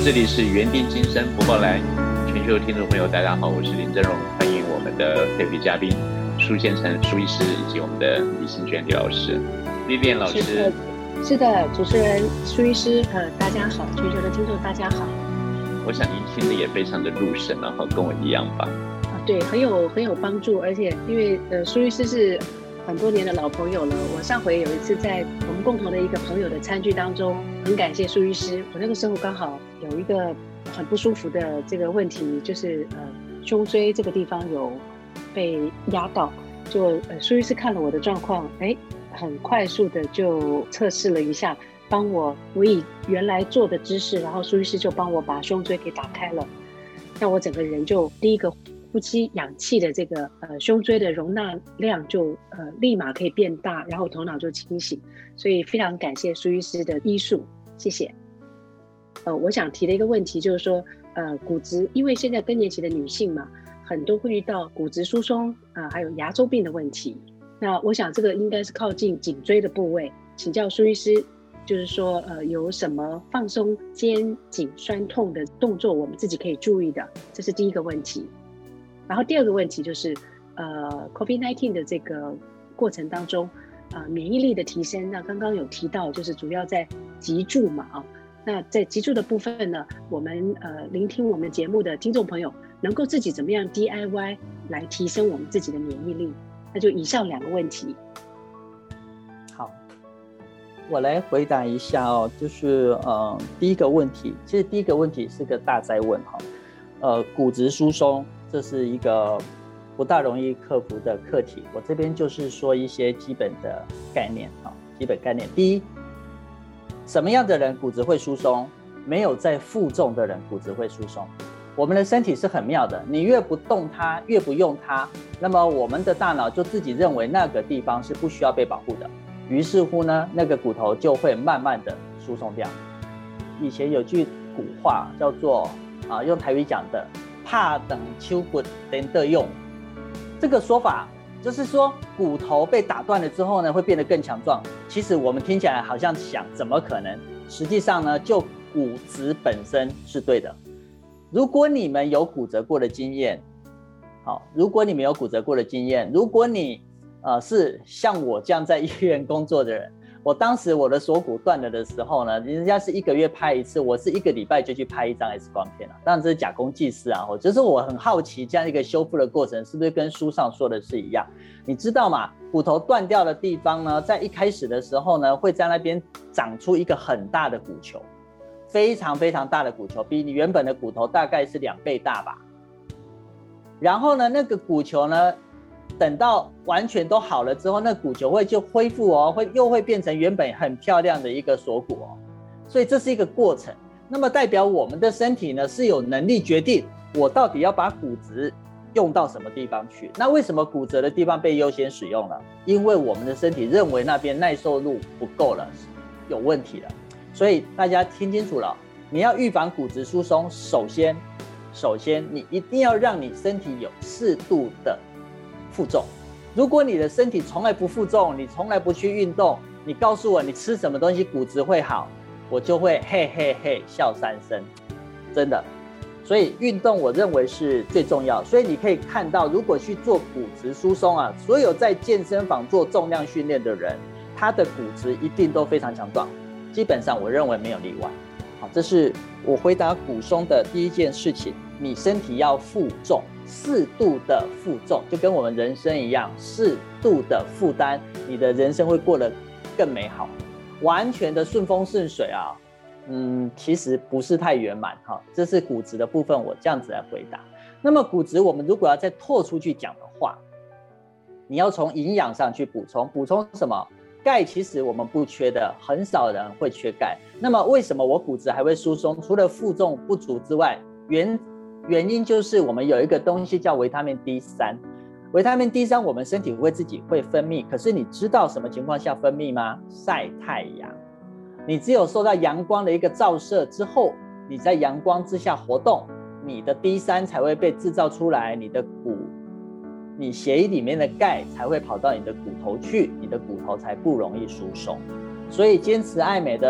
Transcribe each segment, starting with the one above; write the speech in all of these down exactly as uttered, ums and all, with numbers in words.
这里是园丁精神福报来，全球听众朋友大家好，我是林真荣，欢迎我们的特别嘉宾苏宪成苏医师以及我们的李欣娟李老师。Vivian 老师。 是的，是的，主持人苏医师，呃，大家好，全球的听众大家好。 我想您听的也非常的入神，然后跟我一样吧。 啊，对，很有很有帮助，而且因为呃苏医师是很多年的老朋友了，我上回有一次在我们共同的一个朋友的餐具当中，很感谢苏医师，我那个时候刚好有一个很不舒服的这个问题，就是呃胸椎这个地方有被压到，就呃苏医师看了我的状况，哎，很快速的就测试了一下，帮我我以原来做的姿势，然后苏医师就帮我把胸椎给打开了，那我整个人就第一个呼吸氧气的这个呃胸椎的容纳量就呃立马可以变大，然后头脑就清醒，所以非常感谢苏医师的医术，谢谢。呃，我想提的一个问题就是说，呃，骨质，因为现在更年期的女性嘛，很多会遇到骨质疏松啊、呃，还有牙周病的问题。那我想这个应该是靠近颈椎的部位，请教苏医师，就是说，呃，有什么放松肩颈酸痛的动作，我们自己可以注意的，这是第一个问题。然后第二个问题就是，呃 ，COVID 十九 的这个过程当中，呃，免疫力的提升，那刚刚有提到，就是主要在脊柱嘛，啊，那在脊柱的部分呢，我们呃聆听我们节目的听众朋友，能够自己怎么样 D I Y 来提升我们自己的免疫力？那就以上两个问题。 好，我来回答一下哦，就是呃第一个问题，其实第一个问题是个大哉问哈，呃骨质疏松。这是一个不大容易克服的课题，我这边就是说一些基本的概念。基本概念，第一，什么样的人骨质会疏松？没有在负重的人骨质会疏松。我们的身体是很妙的，你越不动它，越不用它，那么我们的大脑就自己认为那个地方是不需要被保护的，于是乎呢，那个骨头就会慢慢的疏松掉。以前有句古话叫做啊，用台语讲的怕等秋骨等得用，这个说法就是说骨头被打断了之后呢，会变得更强壮。其实我们听起来好像想怎么可能，实际上呢，就骨质本身是对的。如果你们有骨折过的经验，好，如果你们有骨折过的经验，如果你呃是像我这样在医院工作的人，我当时我的锁骨断了的时候呢，人家是一个月拍一次，我是一个礼拜就去拍一张 X 光片了。当然这是假公济私啊，就是我很好奇这样一个修复的过程是不是跟书上说的是一样？你知道吗？骨头断掉的地方呢，在一开始的时候呢，会在那边长出一个很大的骨球，非常非常大的骨球，比你原本的骨头大概是两倍大吧。然后呢，那个骨球呢，等到完全都好了之后，那骨球会就恢复哦，会又会变成原本很漂亮的一个锁骨哦。所以这是一个过程。那么代表我们的身体呢是有能力决定我到底要把骨质用到什么地方去。那为什么骨折的地方被优先使用了？因为我们的身体认为那边耐受度不够了，有问题了。所以大家听清楚了，你要预防骨质疏松，首先，首先你一定要让你身体有适度的负重。如果你的身体从来不负重，你从来不去运动，你告诉我你吃什么东西骨质会好，我就会嘿嘿嘿笑三声，真的。所以运动我认为是最重要。所以你可以看到，如果去做骨质疏松啊，所有在健身房做重量训练的人，他的骨质一定都非常强壮，基本上我认为没有例外。好，这是我回答骨松的第一件事情，你身体要负重，适度的负重，就跟我们人生一样，适度的负担，你的人生会过得更美好。完全的顺风顺水啊，嗯，其实不是太圆满哈。这是骨质的部分，我这样子来回答。那么骨质，我们如果要再拓出去讲的话，你要从营养上去补充，补充什么？钙其实我们不缺的，很少人会缺钙。那么为什么我骨质还会疏松？除了负重不足之外，原原因就是我们有一个东西叫维他命 D 三。维他命 D 三 我们身体会自己会分泌，可是你知道什么情况下分泌吗？晒太阳。你只有受到阳光的一个照射之后，你在阳光之下活动，你的 D 三 才会被制造出来，你的骨你血液里面的钙才会跑到你的骨头去，你的骨头才不容易疏松。所以坚持爱美的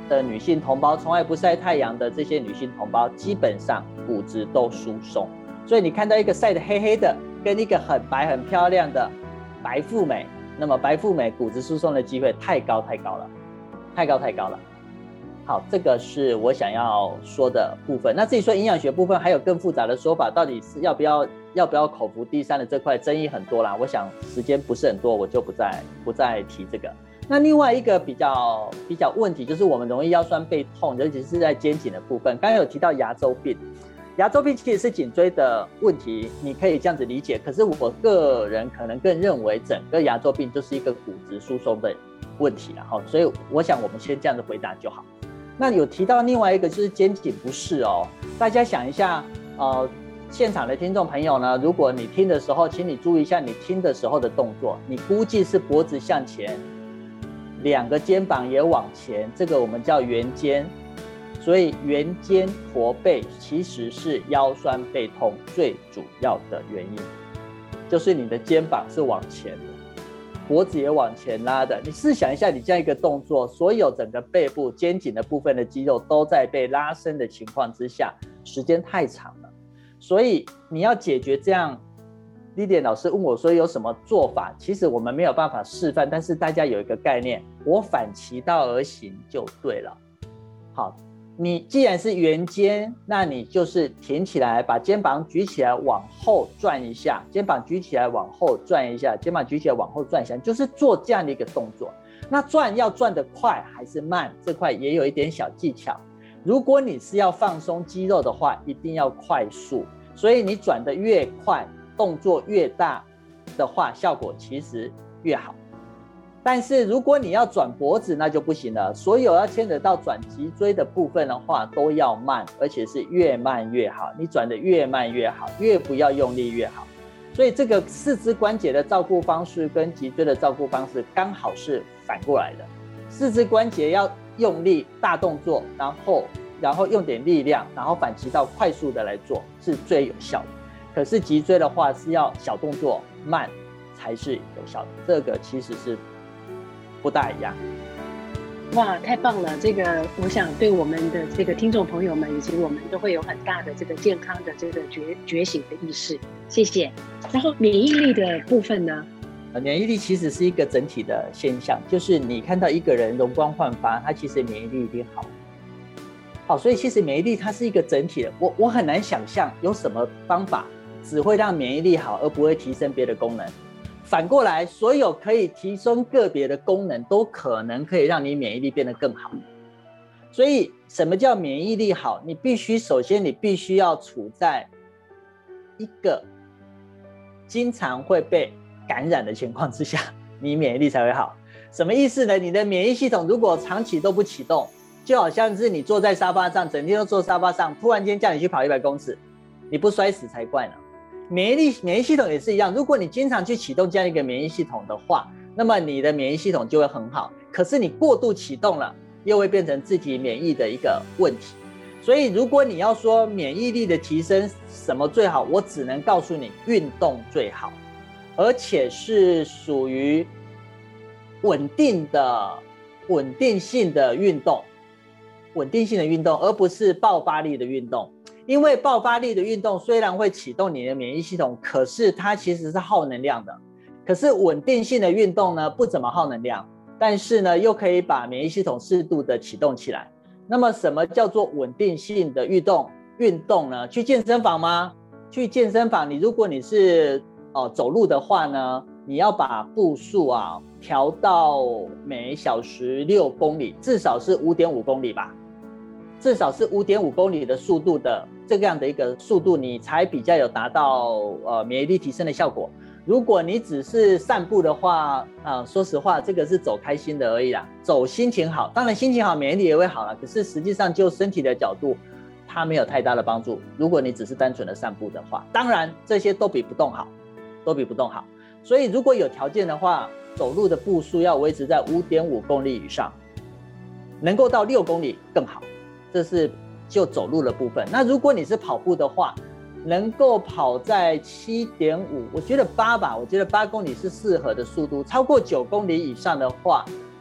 的女性同胞，从来不晒太阳的这些女性同胞，基本上骨质都疏松。所以你看到一个晒得黑黑的，跟一个很白很漂亮的白富美，那么白富美骨质疏松的机会太高太高了，太高太高了。好，这个是我想要说的部分。那至于说营养学部分，还有更复杂的说法，到底是要不要要不要口服地塞的这块争议很多啦。我想时间不是很多，我就不再不再提这个。那另外一个比较比较问题就是我们容易腰酸背痛，尤其是在肩颈的部分。刚刚有提到牙周病，牙周病其实是颈椎的问题，你可以这样子理解。可是我个人可能更认为整个牙周病就是一个骨质疏松的问题啦，所以我想我们先这样子回答就好。那有提到另外一个就是肩颈不适哦，大家想一下，呃，现场的听众朋友呢，如果你听的时候，请你注意一下你听的时候的动作，你估计是脖子向前，两个肩膀也往前，这个我们叫圆肩，所以圆肩驼背其实是腰酸背痛最主要的原因，就是你的肩膀是往前的。脖子也往前拉的，你试想一下，你这样一个动作，所有整个背部肩颈的部分的肌肉都在被拉伸的情况之下，时间太长了。所以你要解决这样，莉莲老师问我说有什么做法，其实我们没有办法示范，但是大家有一个概念，我反其道而行就对了。好，你既然是圆肩，那你就是挺起来，把肩膀举起来往后转一下，肩膀举起来往后转一下，肩膀举起来往后转一下，就是做这样的一个动作。那转要转得快还是慢，这块也有一点小技巧。如果你是要放松肌肉的话，一定要快速，所以你转得越快，动作越大的话，效果其实越好。但是如果你要转脖子，那就不行了。所有要牵扯到转脊椎的部分的话，都要慢，而且是越慢越好。你转得越慢越好，越不要用力越好。所以这个四肢关节的照顾方式跟脊椎的照顾方式刚好是反过来的。四肢关节要用力大动作，然后然后用点力量，然后反其道快速的来做，是最有效的。可是脊椎的话是要小动作慢才是有效的，这个其实是不大一样。 哇，太棒了！这个我想对我们的这个听众朋友们以及我们都会有很大的这个健康的这个觉觉醒的意识。谢谢。然后免疫力的部分呢？ 免疫力其实是一个整体的现象，就是你看到一个人容光焕发，他其实免疫力一定好。好，所以其实免疫力它是一个整体的。我我很难想象有什么方法只会让免疫力好，而不会提升别的功能。反过来，所有可以提升个别的功能，都可能可以让你免疫力变得更好。所以，什么叫免疫力好？你必须首先，你必须要处在一个经常会被感染的情况之下，你免疫力才会好。什么意思呢？你的免疫系统如果长期都不启动，就好像是你坐在沙发上，整天都坐沙发上，突然间叫你去跑一百公尺，你不摔死才怪呢。免疫力、免疫系统也是一样，如果你经常去启动这样一个免疫系统的话，那么你的免疫系统就会很好。可是你过度启动了，又会变成自体免疫的一个问题。所以如果你要说免疫力的提升什么最好，我只能告诉你，运动最好，而且是属于稳定的、稳定性的运动，稳定性的运动，而不是爆发力的运动。因为爆发力的运动虽然会启动你的免疫系统，可是它其实是耗能量的。可是稳定性的运动呢，不怎么耗能量，但是呢，又可以把免疫系统适度的启动起来。那么什么叫做稳定性的运动？运动呢？去健身房吗？去健身房，你如果你是、呃、走路的话呢，你要把步数啊调到每小时六公里，至少是 五点五公里吧。至少是 五点五公里的速度的这样的一个速度，你才比较有达到呃免疫力提升的效果。如果你只是散步的话，呃，说实话，这个是走开心的而已啦，走心情好。当然心情好，免疫力也会好啦，可是实际上就身体的角度，它没有太大的帮助。如果你只是单纯的散步的话，当然这些都比不动好，都比不动好。所以如果有条件的话，走路的步数要维持在 五点五公里以上，能够到六公里更好。这是就走路的部分。那如果你是跑步的话，能够跑在 七点五， 我觉得八吧，我觉得八公里是适合的速度。超过九公里以上的话，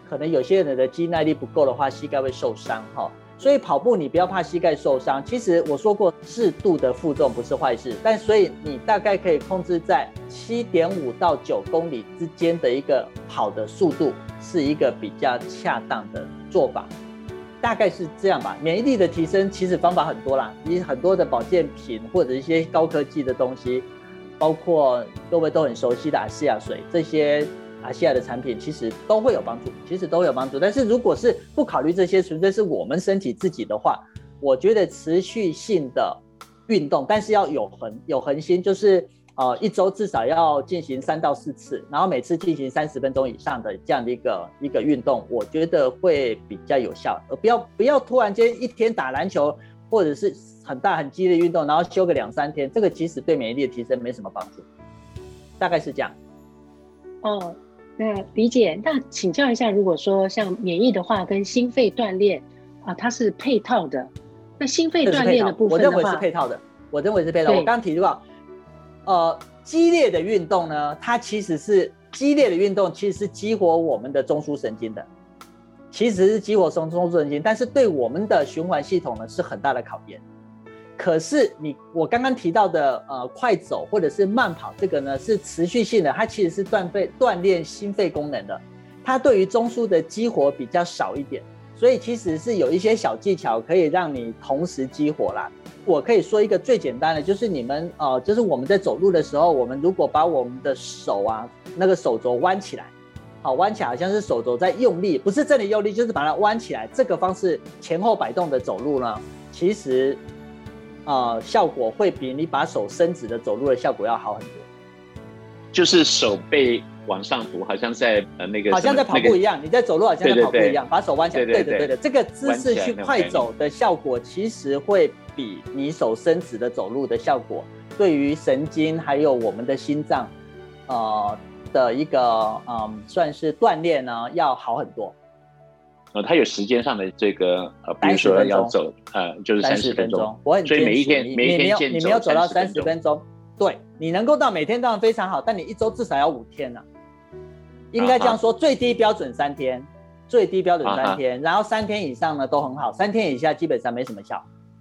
可能有些人的肌耐力不够的话，膝盖会受伤哈。所以跑步你不要怕膝盖受伤，其实我说过适度的负重不是坏事，但所以你大概可以控制在 七点五 到九公里之间的一个跑的速度，是一个比较恰当的做法，大概是这样吧。免疫力的提升其实方法很多啦，以很多的保健品或者一些高科技的东西，包括各位都很熟悉的阿西亚水，这些阿西亚的产品其实都会有帮助，其实都会有帮助。但是如果是不考虑这些，纯粹是我们身体自己的话，我觉得持续性的运动，但是要有恒有恒心，就是呃一周至少要进行三到四次，然后每次进行三十分钟以上的这样的一个一个运动，我觉得会比较有效。而不要不要突然间一天打篮球或者是很大很激烈的运动，然后休个两三天，这个其实对免疫力的提升没什么帮助，大概是这样。 哦。那理解，那请教一下，如果说像免疫的话跟心肺锻炼啊，它是配套的，那心肺锻炼的部分的话， 我认为是配套的，我认为是配套。我刚刚提到，呃，激烈的运动呢，它其实是激烈的运动，其实是激活我们的中枢神经的，其实是激活中枢神经，但是对我们的循环系统呢是很大的考验。可是你我刚刚提到的呃快走或者是慢跑，这个呢是持续性的，它其实是锻肺锻炼心肺功能的，它对于中枢的激活比较少一点，所以其实是有一些小技巧可以让你同时激活啦。我可以说一个最简单的，就是你们呃就是我们在走路的时候，我们如果把我们的手啊那个手肘弯起来，好弯起来，好像是手肘在用力，不是真的用力，就是把它弯起来，这个方式前后摆动的走路呢，其实呃，效果会比你把手伸直的走路的效果要好很多。 就是手背往上扶，好像在呃那个好像在跑步一样，那个、你在走路好像在跑步一样，对对对把手弯起来。对对对的，这个姿势去快走的效果，其实会比你手伸直的走路的效果，对于神经还有我们的心脏，呃的一个嗯算是锻炼呢，要好很多。 呃，它有时间上的这个呃，比如说要走呃，就是三十分钟， 我很所以每一天每一天你没有走到三十分钟，对，你能够到每天当然非常好，但你一周至少要五天呢、啊，应该这样说，最低标准三天，最低标准三天，然后三天以上呢都很好，三天以下基本上没什么效。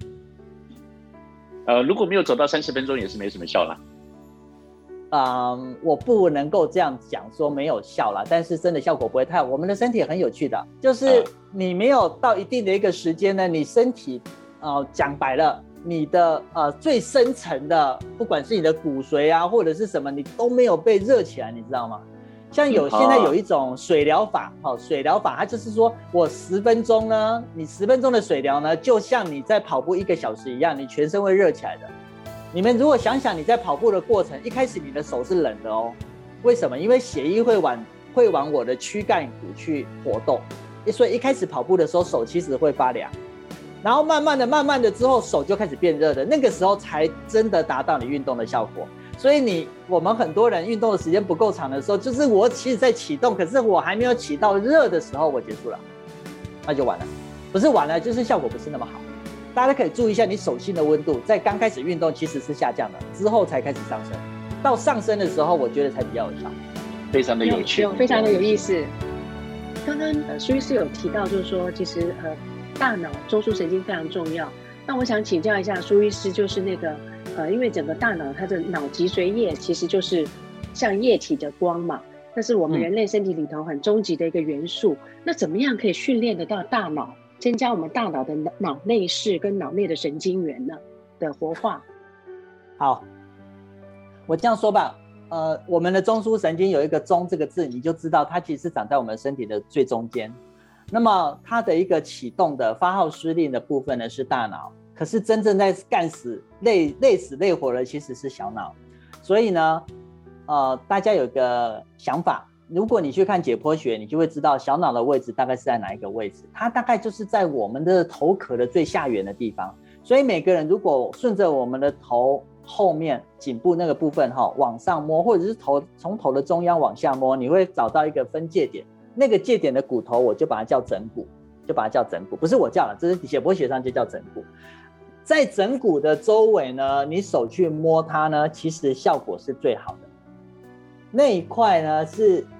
呃，如果没有走到三十分钟也是没什么效啦。 嗯，我不能够这样讲说没有效啦，但是真的效果不会太好。我们的身体很有趣的，就是你没有到一定的一个时间呢，你身体呃讲白了，你的呃最深层的，不管是你的骨髓啊或者是什么，你都没有被热起来，你知道吗？像有现在有一种水疗法，好，水疗法它就是说我十分钟呢，你十分钟的水疗呢，就像你在跑步一个小时一样，你全身会热起来的。你们如果想想你在跑步的过程，一开始你的手是冷的哦，为什么？因为血液会往会往我的躯干骨去活动，所以一开始跑步的时候手其实会发凉，然后慢慢的、慢慢的之后手就开始变热的，那个时候才真的达到你运动的效果。所以你我们很多人运动的时间不够长的时候，就是我其实在启动，可是我还没有起到热的时候，我结束了，那就完了，不是完了，就是效果不是那么好。大家可以注意一下你手心的温度，在刚开始运动其实是下降的，之后才开始上升。到上升的时候，我觉得才比较有效。 非常的有趣， 非常的有意思。刚刚呃苏医师有提到，就是说其实呃大脑中枢神经非常重要。那我想请教一下苏医师，就是那个呃因为整个大脑它的脑脊髓液其实就是像液体的光嘛，那是我们人类身体里头很终极的一个元素。嗯、那怎么样可以训练得到大脑？增加我们大脑的脑内视跟脑内的神经元呢的活化。 好，我这样说吧，呃，我们的中枢神经有一个中这个字，你就知道它其实是长在我们身体的最中间。那么它的一个启动的发号施令的部分呢是大脑，可是真正在干死累累死累活的其实是小脑。所以呢，呃，大家有个想法。如果你去看解剖学，你就会知道小脑的位置大概是在哪一个位置，它大概就是在我们的头壳的最下缘的地方。所以每个人如果顺着我们的头后面颈部那个部分往上摸，或者是头从头的中央往下摸，你会找到一个分界点，那个界点的骨头我就把它叫枕骨，就把它叫枕骨，不是我叫了，这是解剖学上就叫枕骨。在枕骨的周围呢，你手去摸它呢，其实效果是最好的。那一块呢是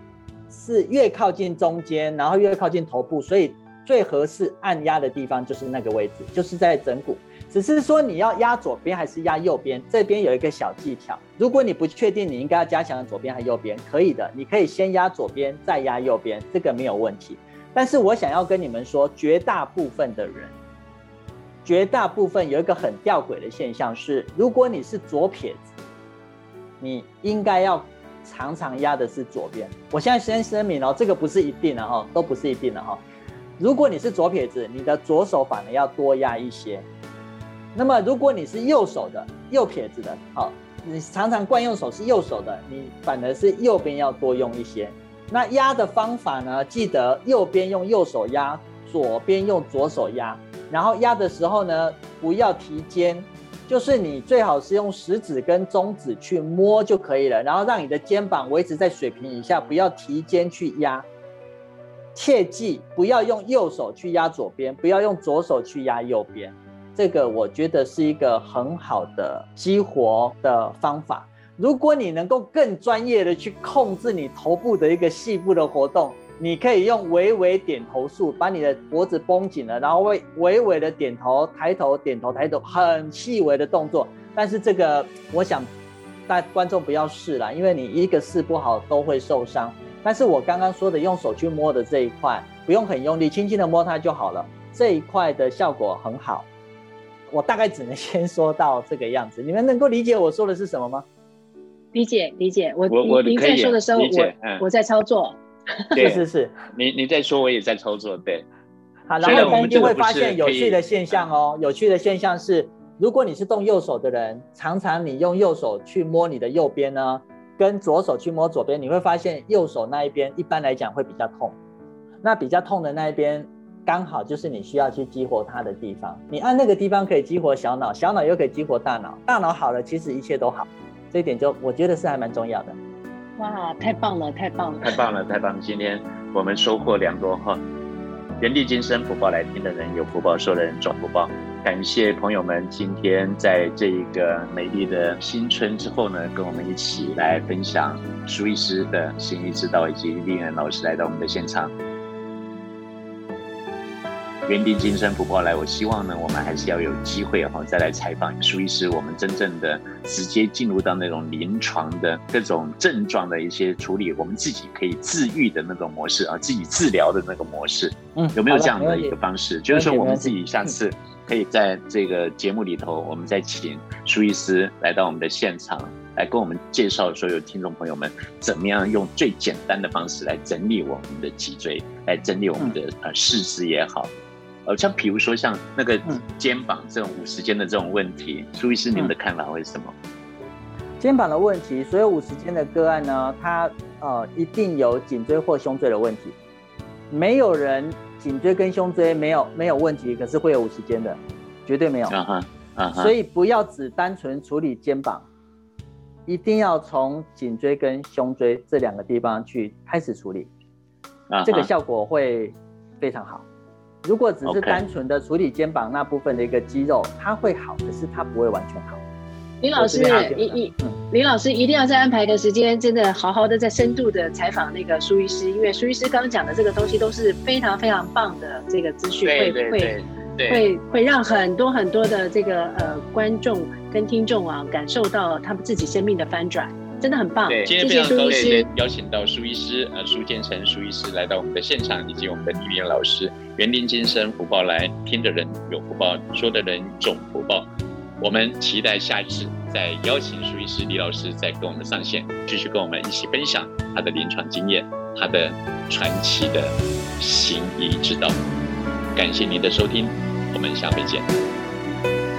是越靠近中间，然后越靠近头部，所以最合适按压的地方就是那个位置，就是在枕骨。只是说你要压左边还是压右边，这边有一个小技巧。如果你不确定你应该要加强左边还是右边，可以的，你可以先压左边再压右边，这个没有问题。但是我想要跟你们说，绝大部分的人，绝大部分有一个很吊诡的现象是，如果你是左撇子，你应该要常常压的是左边。我现在先声明哦，这个不是一定的哈，都不是一定的哈。如果你是左撇子，你的左手反而要多压一些。那么如果你是右手的，右撇子的，好，你常常惯用手是右手的，你反而是右边要多用一些。那压的方法呢，记得右边用右手压，左边用左手压。然后压的时候呢，不要提肩，就是你最好是用食指跟中指去摸就可以了，然后让你的肩膀维持在水平以下，不要提肩去压。切记不要用右手去压左边，不要用左手去压右边。这个我觉得是一个很好的激活的方法。如果你能够更专业的去控制你头部的一个细部的活动，你可以用微微点头术，把你的脖子绷紧了，然后微微微的点头、抬头、点头、抬头，很细微的动作。但是这个我想大家观众不要试啦，因为你一个试不好都会受伤。但是我刚刚说的用手去摸的这一块，不用很用力，轻轻的摸它就好了，这一块的效果很好。我大概只能先说到这个样子，你们能够理解我说的是什么吗？ 理解理解，我我我您在说的时候，我、 嗯、 我在操作， 是是是， 你你在说，我也在操作，对。 好，然后你就会发现有趣的现象哦。有趣的现象是，如果你是动右手的人，常常你用右手去摸你的右边呢，跟左手去摸左边，你会发现右手那一边一般来讲会比较痛，那比较痛的那一边。刚好就是你需要去激活它的地方，你按那个地方可以激活小脑，小脑又可以激活大脑，大脑好了，其实一切都好。这一点就我觉得是还蛮重要的。 哇，太棒了，太棒了， 太棒了，太棒了！今天我们收获良多哈。人地今生，福报来听的人有福报，说的人种福报。感谢朋友们今天在这一个美丽的新春之后呢，跟我们一起来分享苏医师的行医之道，以及立恩老师来到我们的现场。缘定今生福报来，我希望呢，我们还是要有机会哈，再来采访苏医师，我们真正的直接进入到那种临床的各种症状的一些处理，我们自己可以自愈的那种模式啊，自己治疗的那个模式，嗯，有没有这样的一个方式？就是说，我们自己下次可以在这个节目里头，我们再请苏医师来到我们的现场，来跟我们介绍所有听众朋友们，怎么样用最简单的方式来整理我们的脊椎，来整理我们的呃四肢也好。呃，像比如说像那个肩膀这种五十肩的这种问题，苏医师您的看法会是什么？ 肩膀的问题，所有五十肩的个案呢，它呃一定有颈椎或胸椎的问题，没有人颈椎跟胸椎没有没有问题，可是会有五十肩的，绝对没有。uh-huh, uh-huh. 所以不要只单纯处理肩膀，一定要从颈椎跟胸椎这两个地方去开始处理， uh-huh. 这个效果会非常好。如果只是单纯的处理肩膀那部分的一个肌肉，它会好，可是它不会完全好。 林老师，一嗯，林老师一定要再安排个时间，真的好好的再深度的采访那个苏医师，因为苏医师刚刚讲的这个东西都是非常非常棒的这个资讯，会会会会让很多很多的这个呃观众跟听众啊感受到他们自己生命的翻转。真的很棒， 对，今天非常高兴邀请到苏医师，呃，苏建成苏医师来到我们的现场，以及我们的李立老师。缘定今生，福报来，听的人有福报，说的人种福报。我们期待下一次再邀请苏医师、李老师再跟我们上线，继续跟我们一起分享他的临床经验，他的传奇的行医之道。感谢您的收听，我们下回见。